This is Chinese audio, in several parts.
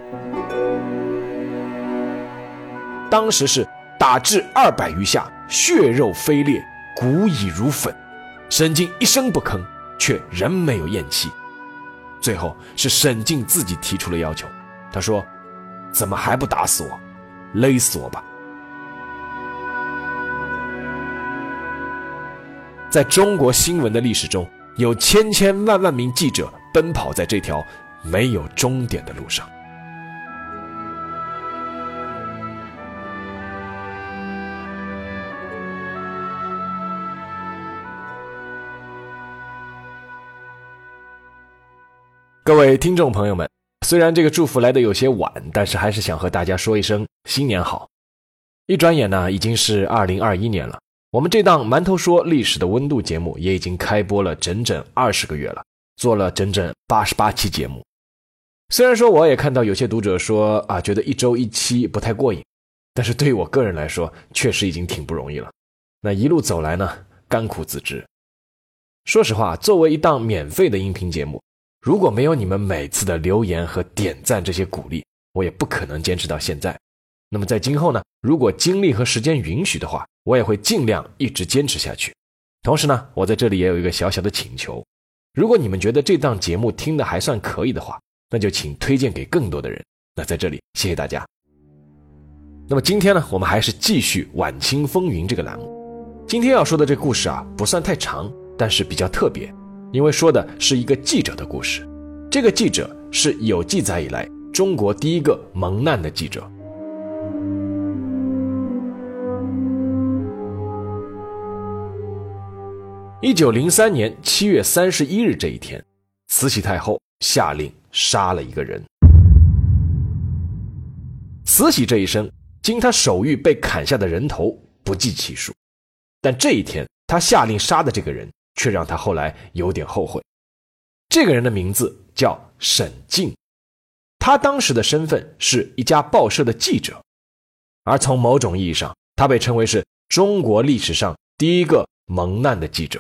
当时是打至200余下，血肉飞裂，骨已如粉。沈静一声不吭，却仍没有咽气。最后是沈静自己提出了要求，他说：怎么还不打死我？勒死我吧。在中国新闻的历史中，有千千万万名记者奔跑在这条没有终点的路上。各位听众朋友们，虽然这个祝福来得有些晚，但是还是想和大家说一声新年好。一转眼呢，已经是2021年了。我们这档馒头说历史的温度节目也已经开播了整整20个月了，做了整整88期节目。虽然说我也看到有些读者说觉得1周1期不太过瘾，但是对于我个人来说，确实已经挺不容易了。那一路走来呢，甘苦自知。说实话，作为一档免费的音频节目，如果没有你们每次的留言和点赞这些鼓励，我也不可能坚持到现在。那么在今后呢，如果精力和时间允许的话，我也会尽量一直坚持下去。同时呢，我在这里也有一个小小的请求，如果你们觉得这档节目听得还算可以的话，那就请推荐给更多的人。那在这里谢谢大家。那么今天呢，我们还是继续晚清风云这个栏目。今天要说的这个故事不算太长，但是比较特别，因为说的是一个记者的故事。这个记者是有记载以来中国第一个蒙难的记者。1903年7月31日这一天，慈禧太后下令杀了一个人。慈禧这一生，经她手谕被砍下的人头不计其数，但这一天她下令杀的这个人却让她后来有点后悔。这个人的名字叫沈静，他当时的身份是一家报社的记者，而从某种意义上，他被称为是中国历史上第一个蒙难的记者。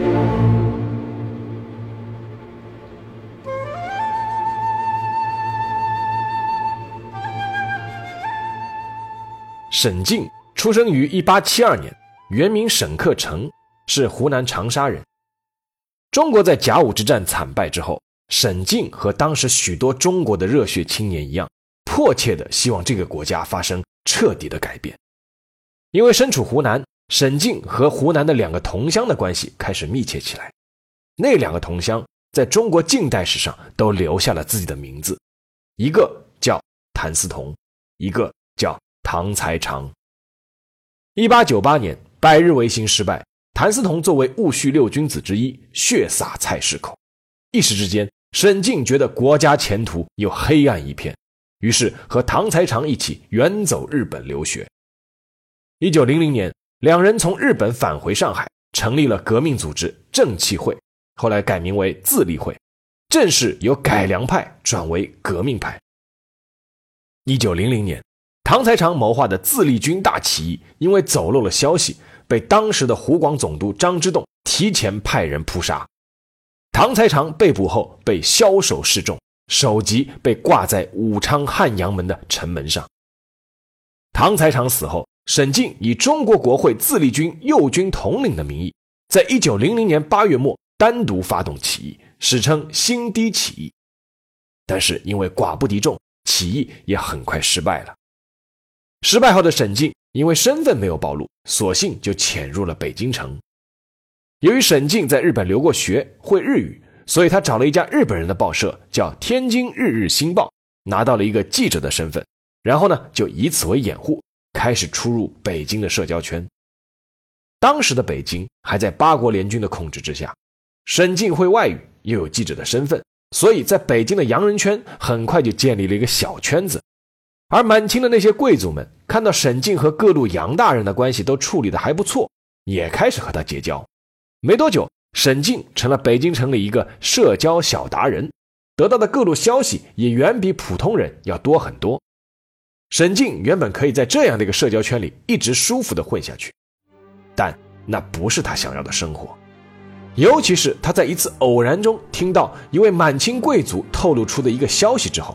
沈静出生于1872年，原名沈克诚，是湖南长沙人。中国在甲午之战惨败之后，沈静和当时许多中国的热血青年一样，迫切地希望这个国家发生彻底的改变。因为身处湖南，沈静和湖南的2个同乡的关系开始密切起来。那2个同乡在中国近代史上都留下了自己的名字，一个叫谭嗣同，一个叫唐才常。1898年百日维新失败，谭嗣同作为戊戌6君子之一，血洒菜市口。一时之间，沈静觉得国家前途又黑暗一片，于是和唐才常一起远走日本留学。1900年，2人从日本返回上海，成立了革命组织正气会，后来改名为自立会，正式由改良派转为革命派。1900年，唐才常谋划的自立军大起义因为走漏了消息，被当时的湖广总督张之洞提前派人扑杀。唐才常被捕后被枭首示众，首级被挂在武昌汉阳门的城门上。唐才常死后，沈静以中国国会自立军右军统领的名义，在1900年8月末单独发动起义，史称新堤起义。但是因为寡不敌众，起义也很快失败了。失败后的沈静因为身份没有暴露，索性就潜入了北京城。由于沈静在日本留过学，会日语，所以他找了一家日本人的报社，叫天津日日新报，拿到了一个记者的身份，然后呢，就以此为掩护，开始出入北京的社交圈。当时的北京还在八国联军的控制之下，沈静会外语，又有记者的身份，所以在北京的洋人圈很快就建立了一个小圈子。而满清的那些贵族们看到沈静和各路洋大人的关系都处理得还不错，也开始和他结交。没多久，沈静成了北京城里一个社交小达人，得到的各路消息也远比普通人要多很多。沈静原本可以在这样的一个社交圈里一直舒服地混下去，但那不是他想要的生活。尤其是他在一次偶然中听到一位满清贵族透露出的一个消息之后，他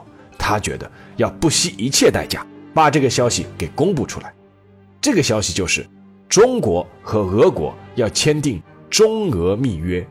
他觉得要不惜一切代价把这个消息给公布出来。这个消息就是中国和俄国要签订中俄密约。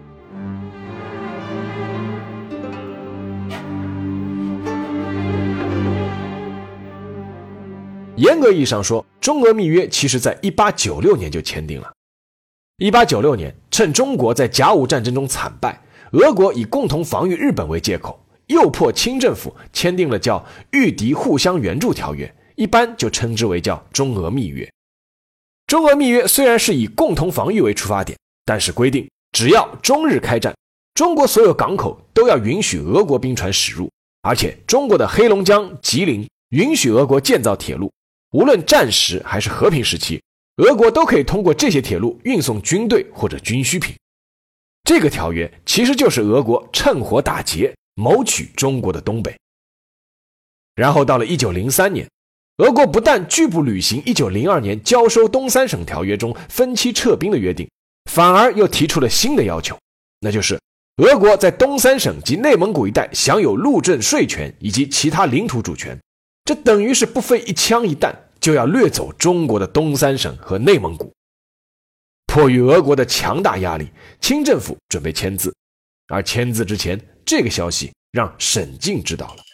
严格意义上说，中俄密约其实在1896年就签订了。1896年，趁中国在甲午战争中惨败，俄国以共同防御日本为借口，诱迫清政府签订了叫《御敌互相援助条约》，一般就称之为叫中俄密约。中俄密约虽然是以共同防御为出发点，但是规定只要中日开战，中国所有港口都要允许俄国兵船驶入，而且中国的黑龙江、吉林允许俄国建造铁路，无论战时还是和平时期，俄国都可以通过这些铁路运送军队或者军需品。这个条约其实就是俄国趁火打劫，谋取中国的东北。然后到了1903年，俄国不但拒不履行1902年交收东三省条约中分期撤兵的约定，反而又提出了新的要求，那就是俄国在东三省及内蒙古一带享有陆政税权以及其他领土主权，这等于是不费一枪一弹就要掠走中国的东三省和内蒙古。迫于俄国的强大压力，清政府准备签字，而签字之前，这个消息让沈静知道了。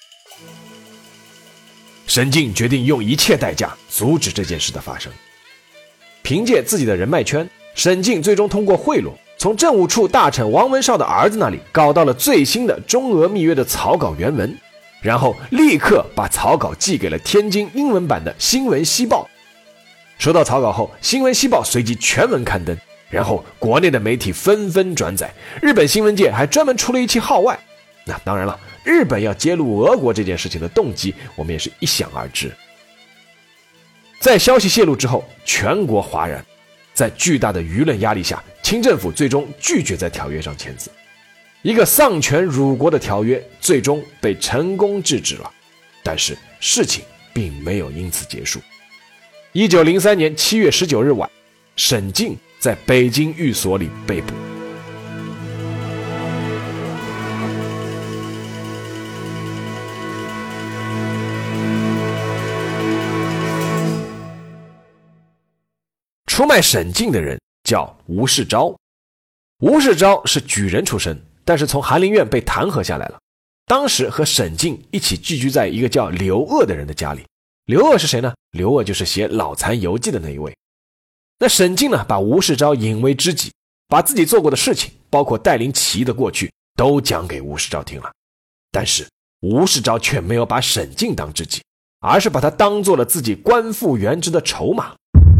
沈静决定用一切代价阻止这件事的发生。凭借自己的人脉圈，沈静最终通过贿赂，从政务处大臣王文绍的儿子那里搞到了最新的中俄密约的草稿原文，然后立刻把草稿寄给了天津英文版的《新闻西报》。收到草稿后，《新闻西报》随即全文刊登，然后国内的媒体纷纷转载，日本新闻界还专门出了一期号外。那当然了，日本要揭露俄国这件事情的动机，我们也是一想而知。在消息泄露之后，全国哗然，在巨大的舆论压力下，清政府最终拒绝在条约上签字。一个丧权辱国的条约最终被成功制止了，但是事情并没有因此结束。1903年7月19日晚，沈静在北京寓所里被捕。出卖沈静的人叫吴世昭。吴世昭是举人出身，但是从翰林院被弹劾下来了。当时和沈静一起聚居在一个叫刘鹗的人的家里。刘鹗是谁呢？刘鹗就是写《老残游记》的那一位。那沈静呢，把吴世昭引为知己，把自己做过的事情，包括带领起义的过去，都讲给吴世昭听了。但是吴世昭却没有把沈静当知己，而是把他当做了自己官复原职的筹码。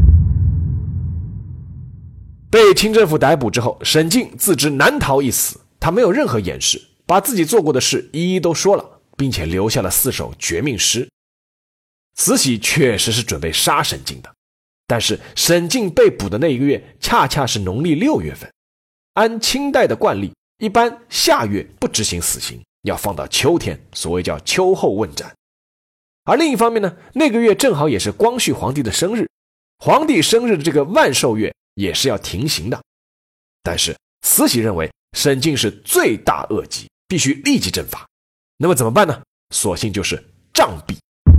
被清政府逮捕之后，沈静自知难逃一死，他没有任何掩饰，把自己做过的事一一都说了，并且留下了4首绝命诗。慈禧确实是准备杀沈静的，但是沈静被捕的那一个月恰恰是农历6月份，按清代的惯例，一般夏月不执行死刑，要放到秋天，所谓叫秋后问斩。而另一方面呢，那个月正好也是光绪皇帝的生日，皇帝生日的这个万寿月也是要停刑的。但是慈禧认为沈静是罪大恶极，必须立即正法。那么怎么办呢？索性就是杖毙。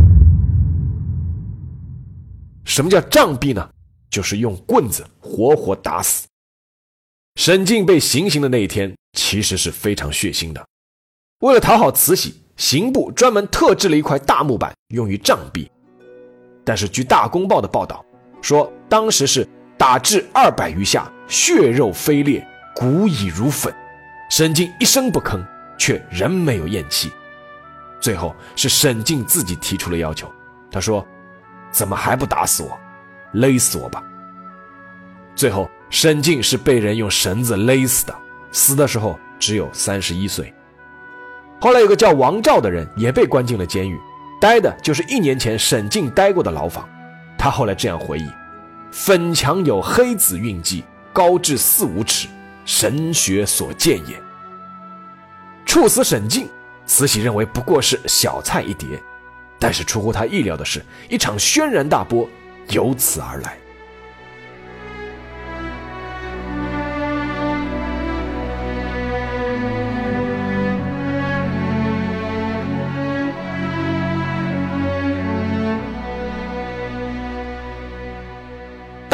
什么叫杖毙呢？就是用棍子活活打死。沈静被行刑的那一天其实是非常血腥的。为了讨好慈禧，刑部专门特制了一块大木板用于杖毙。但是据大公报的报道说，当时是打至200余下，血肉飞裂，骨已如粉。沈静一声不吭，却仍没有咽气。最后是沈静自己提出了要求，他说：怎么还不打死我？勒死我吧。最后沈静是被人用绳子勒死的，死的时候只有31岁。后来有个叫王照的人也被关进了监狱，待的就是1年前沈静待过的牢房。他后来这样回忆：粉墙有黑子印记，高至4、5尺，神学所见也。处死沈静，慈禧认为不过是小菜一碟，但是出乎他意料的是，一场轩然大波由此而来。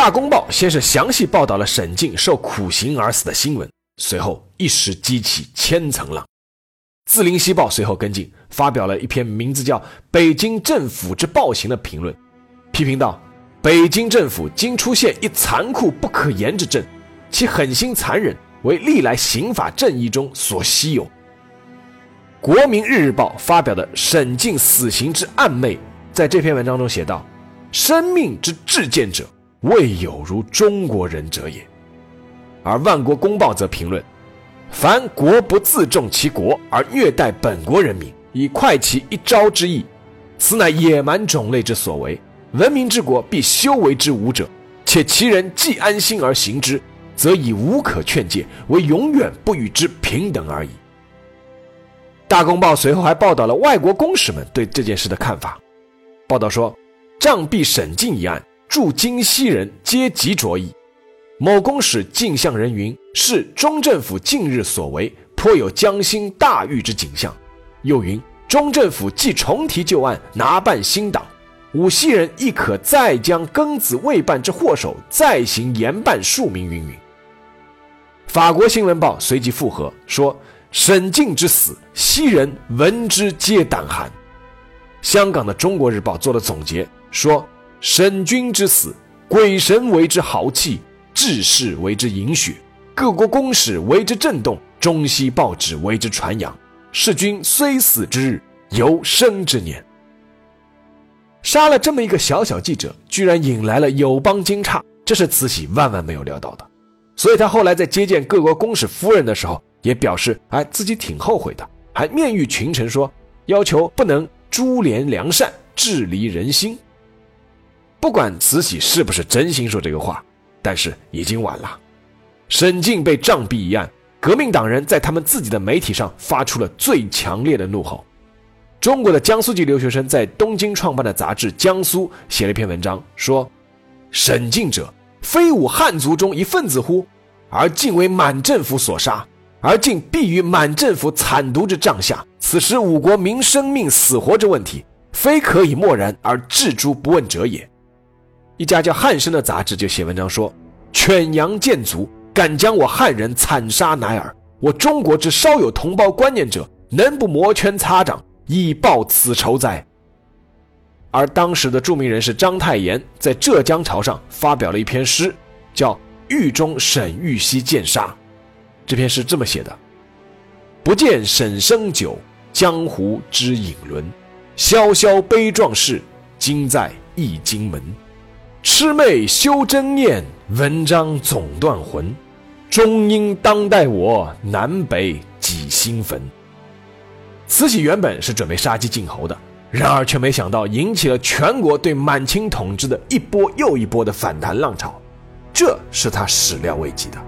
大公报先是详细报道了沈静受苦刑而死的新闻，随后一时激起千层浪。字林西报随后跟进，发表了一篇名字叫《北京政府之暴行》的评论，批评道：北京政府今出现一残酷不可言之症，其狠心残忍为历来刑法正义中所稀有。国民日报发表的沈静死刑之暗昧，在这篇文章中写道：生命之至贱者，未有如中国人者也。而万国公报则评论：凡国不自重其国而虐待本国人民，以快其一朝之意，此乃野蛮种类之所为。文明之国必修为之无者，且其人既安心而行之，则已无可劝诫，为永远不与之平等而已。大公报随后还报道了外国公使们对这件事的看法。报道说，杖毙沈静一案，驻京西人皆极着意。某公使进相人云，是中政府近日所为，颇有将兴大狱之景象。又云，中政府既重提旧案，拿办新党，吾西人亦可再将庚子未办之祸首再行严办庶民云云。法国新闻报随即附和说，沈静之死，西人闻之皆胆寒。香港的中国日报做了总结，说沈君之死，鬼神为之豪气，志士为之饮血，各国公使为之震动，中西报纸为之传扬。世君虽死之日，犹生之年。杀了这么一个小小记者，居然引来了友邦惊诧，这是慈禧万万没有料到的。所以他后来在接见各国公使夫人的时候，也表示自己挺后悔的，还面谕群臣说，要求不能株连良善，治离人心。不管慈禧是不是真心说这个话，但是已经晚了。沈静被杖毙一案，革命党人在他们自己的媒体上发出了最强烈的怒吼。中国的江苏籍留学生在东京创办的杂志《江苏》写了一篇文章，说沈静者，非吾汉族中一分子乎？而竟为满政府所杀，而竟毙于满政府惨毒之杖下。此时吾国民生命死活之问题，非可以漠然而置诸不问者也。一家叫汉生的杂志就写文章说，犬羊贱族，敢将我汉人惨杀乃尔，我中国之稍有同胞观念者，能不摩拳擦掌，以报此仇哉？而当时的著名人士章太炎在浙江潮上发表了一篇诗，叫《狱中沈玉溪剑杀》。这篇诗这么写的：不见沈生久，江湖之隐沦，萧萧悲壮士，今在易经门。魑魅休真念，文章总断魂。终因当代我，南北几新坟。慈禧原本是准备杀鸡儆猴的，然而却没想到引起了全国对满清统治的一波又一波的反弹浪潮，这是他始料未及的。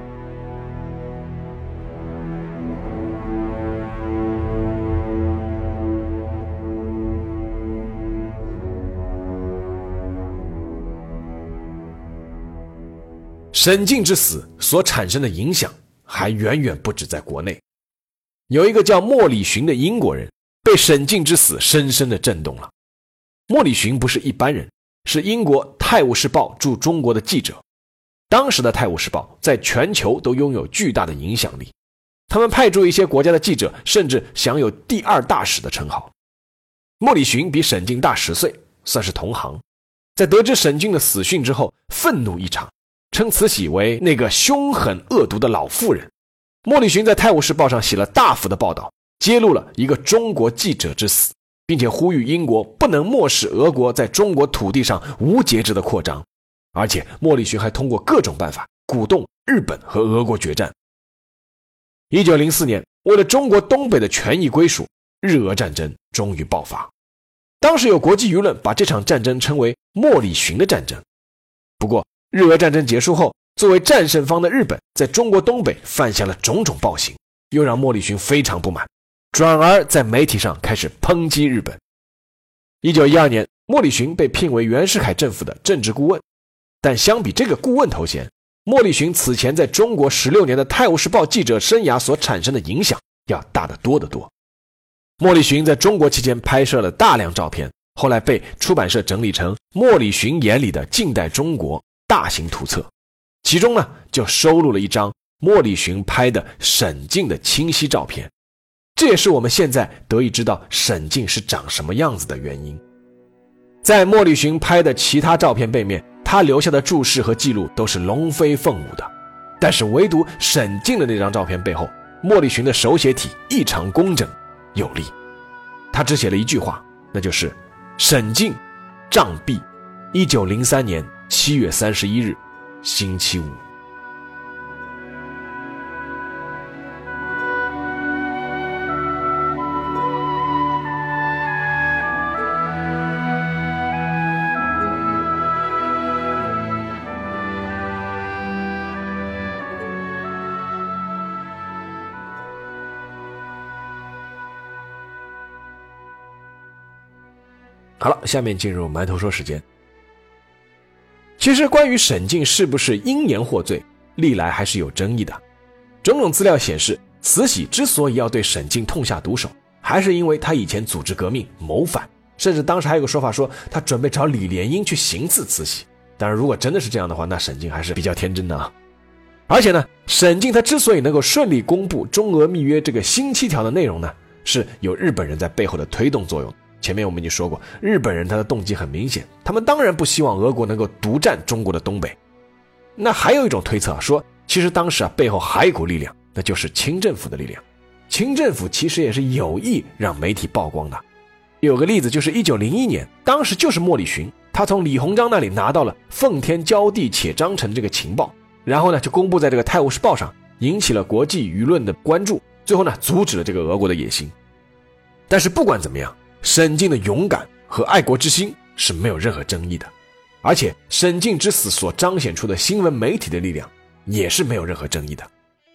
沈静之死所产生的影响还远远不止在国内。有一个叫莫理荀的英国人被沈静之死深深地震动了。莫理荀不是一般人，是英国《泰晤士报》驻中国的记者。当时的《泰晤士报》在全球都拥有巨大的影响力，他们派驻一些国家的记者甚至享有第二大使的称号。莫理荀比沈静大10岁，算是同行。在得知沈静的死讯之后，愤怒异常，称慈禧为那个凶狠恶毒的老妇人。莫理荀在《泰晤士报》上写了大幅的报道，揭露了一个中国记者之死，并且呼吁英国不能漠视俄国在中国土地上无节制的扩张。而且莫理荀还通过各种办法鼓动日本和俄国决战。1904年，为了中国东北的权益归属，日俄战争终于爆发。当时有国际舆论把这场战争称为莫理荀的战争。不过日俄战争结束后，作为战胜方的日本在中国东北犯下了种种暴行，又让莫理荀非常不满，转而在媒体上开始抨击日本。1912年，莫理荀被聘为袁世凯政府的政治顾问，但相比这个顾问头衔，莫理荀此前在中国16年的《泰晤士报》记者生涯所产生的影响要大得多得多。莫理荀在中国期间拍摄了大量照片，后来被出版社整理成《莫理荀眼里的近代中国》， 大型图册，其中呢就收录了一张莫礼询拍的沈静的清晰照片，这也是我们现在得以知道沈静是长什么样子的原因。在莫礼询拍的其他照片背面，他留下的注释和记录都是龙飞凤舞的，但是唯独沈静的那张照片背后，莫礼询的手写体异常工整有力。他只写了一句话，那就是沈静杖毙1903年7月31日星期五。好了，下面进入埋头说时间。其实关于沈静是不是因言获罪，历来还是有争议的。种种资料显示，慈禧之所以要对沈静痛下毒手，还是因为他以前组织革命谋反，甚至当时还有个说法说他准备找李莲英去行刺慈禧。当然如果真的是这样的话，那沈静还是比较天真的啊。而且呢，沈静他之所以能够顺利公布中俄密约这个新7条的内容呢，是有日本人在背后的推动作用。前面我们已经说过，日本人他的动机很明显，他们当然不希望俄国能够独占中国的东北。那还有一种推测说，其实当时背后还有一股力量，那就是清政府的力量。清政府其实也是有意让媒体曝光的。有个例子就是1901年，当时就是莫礼询，他从李鸿章那里拿到了奉天椒地且章程这个情报，然后呢就公布在这个《泰晤士报》上，引起了国际舆论的关注，最后呢阻止了这个俄国的野心。但是不管怎么样，沈静的勇敢和爱国之心是没有任何争议的，而且沈静之死所彰显出的新闻媒体的力量也是没有任何争议的。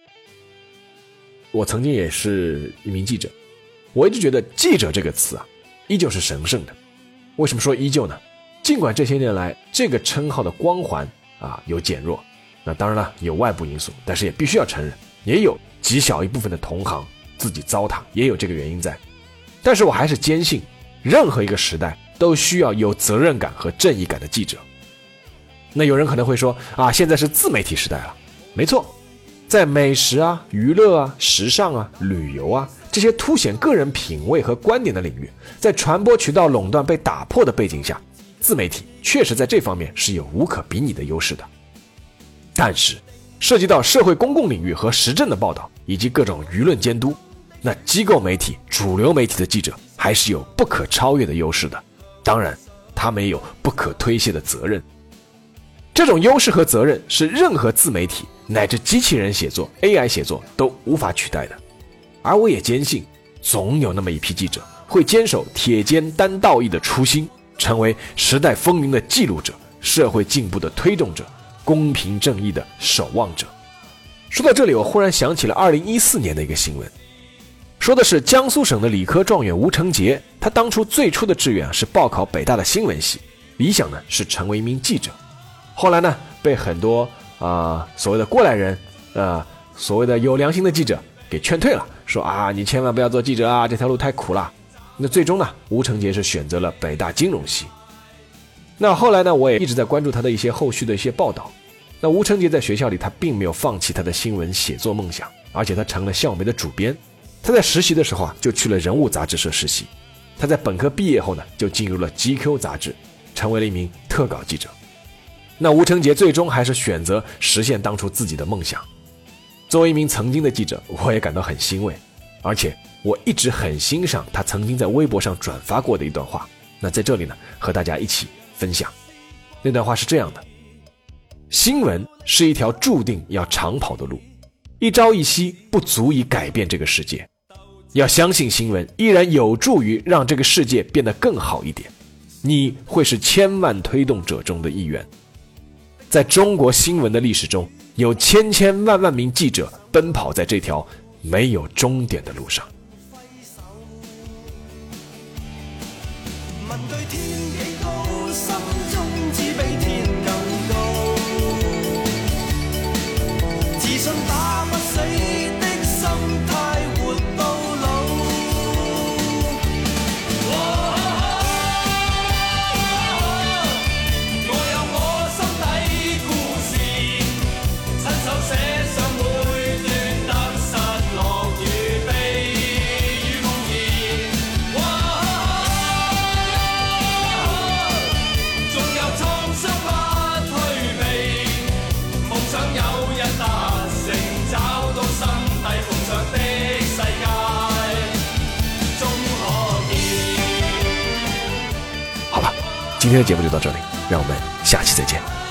我曾经也是一名记者，我一直觉得记者这个词啊，依旧是神圣的。为什么说依旧呢？尽管这些年来这个称号的光环有减弱，那当然了有外部因素，但是也必须要承认，也有极小一部分的同行自己糟蹋，也有这个原因在。但是我还是坚信，任何一个时代都需要有责任感和正义感的记者。那有人可能会说现在是自媒体时代了。没错，在美食娱乐时尚旅游这些凸显个人品味和观点的领域，在传播渠道垄断被打破的背景下，自媒体确实在这方面是有无可比拟的优势的。但是涉及到社会公共领域和时政的报道以及各种舆论监督，那机构媒体、主流媒体的记者还是有不可超越的优势的，当然他们也有不可推卸的责任。这种优势和责任是任何自媒体乃至机器人写作、AI 写作都无法取代的。而我也坚信，总有那么一批记者会坚守铁肩担道义的初心，成为时代风云的记录者、社会进步的推动者、公平正义的守望者。说到这里，我忽然想起了2014年的一个新闻，说的是江苏省的理科状元吴成杰，他当初最初的志愿是报考北大的新闻系，理想呢是成为一名记者。后来呢被很多所谓的过来人所谓的有良心的记者给劝退了，说你千万不要做记者这条路太苦了。那最终呢吴成杰是选择了北大金融系。那后来呢我也一直在关注他的一些后续的一些报道。那吴成杰在学校里他并没有放弃他的新闻写作梦想，而且他成了校媒的主编。他在实习的时候就去了人物杂志社实习。他在本科毕业后呢就进入了 GQ 杂志，成为了一名特稿记者。那吴成杰最终还是选择实现当初自己的梦想。作为一名曾经的记者，我也感到很欣慰，而且我一直很欣赏他曾经在微博上转发过的一段话。那在这里呢和大家一起分享。那段话是这样的：新闻是一条注定要长跑的路，一朝一夕不足以改变这个世界，要相信新闻依然有助于让这个世界变得更好一点，你会是千万推动者中的一员。在中国新闻的历史中，有千千万万名记者奔跑在这条没有终点的路上。问對天幾高，心中只比天更高，自信打不死的心態活到老。我有我心底今天的节目就到这里，让我们下期再见。